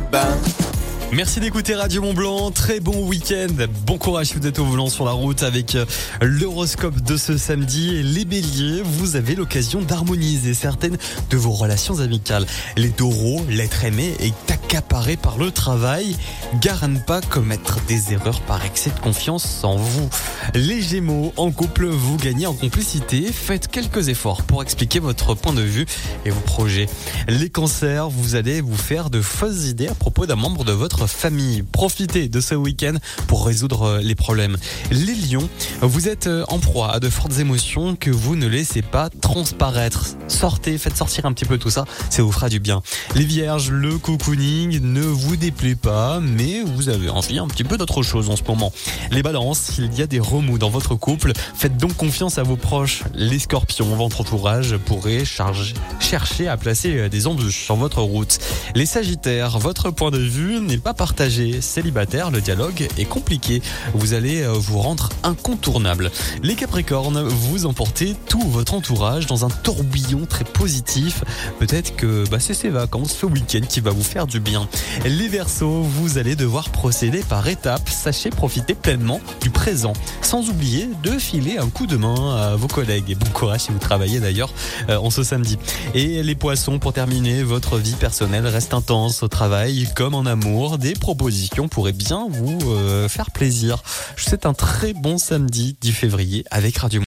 bain. Merci d'écouter Radio Mont-Blanc, très bon week-end, bon courage si vous êtes au volant sur la route avec l'horoscope de ce samedi. Les béliers, vous avez l'occasion d'harmoniser certaines de vos relations amicales. Les taureaux, l'être aimé est accaparé par le travail, gare à ne pas commettre des erreurs par excès de confiance en vous. Les gémeaux, en couple, vous gagnez en complicité, faites quelques efforts pour expliquer votre point de vue et vos projets. Les cancers, vous allez vous faire de fausses idées à propos d'un membre de votre famille. Profitez de ce week-end pour résoudre les problèmes. Les lions, vous êtes en proie à de fortes émotions que vous ne laissez pas transparaître. Sortez, faites sortir un petit peu tout ça, ça vous fera du bien. Les vierges, le cocooning ne vous déplaît pas, mais vous avez envie un petit peu d'autre chose en ce moment. Les balances, il y a des remous dans votre couple, faites donc confiance à vos proches. Les scorpions, votre entourage pourrait chercher à placer des embûches sur votre route. Les sagittaires, votre point de vue n'est pas partagé. Célibataire, le dialogue est compliqué. Vous allez vous rendre incontournable. Les capricornes, vous emportez tout votre entourage dans un tourbillon très positif. Peut-être que c'est ces vacances, ce week-end qui va vous faire du bien. Les verseaux, vous allez devoir procéder par étapes. Sachez profiter pleinement du présent. Sans oublier de filer un coup de main à vos collègues. Et bon courage si vous travaillez d'ailleurs en ce samedi. Et les poissons, pour terminer, votre vie personnelle reste intense au travail comme en amour. Des propositions pourraient bien vous faire plaisir. Je vous souhaite un très bon samedi 10 février avec Radio